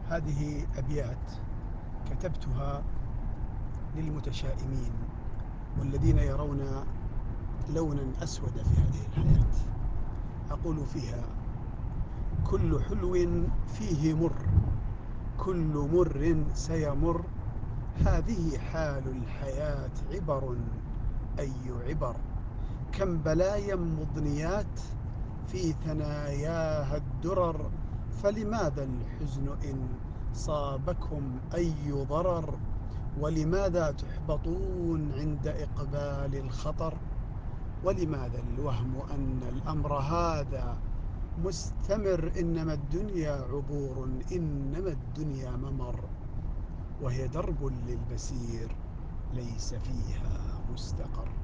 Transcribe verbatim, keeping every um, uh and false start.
هذه أبيات كتبتها للمتشائمين والذين يرون لونا أسود في هذه الحياة. أقول فيها: كل حلو فيه مر، كل مر سيمر، هذه حال الحياة عبر أي عبر. كم بلايا مضنيات في ثناياها الدرر، فلماذا الحزن إن صابكم أي ضرر؟ ولماذا تحبطون عند إقبال الخطر؟ ولماذا الوهم أن الأمر هذا مستمر؟ إنما الدنيا عبور، إنما الدنيا ممر، وهي درب للبسير ليس فيها مستقر.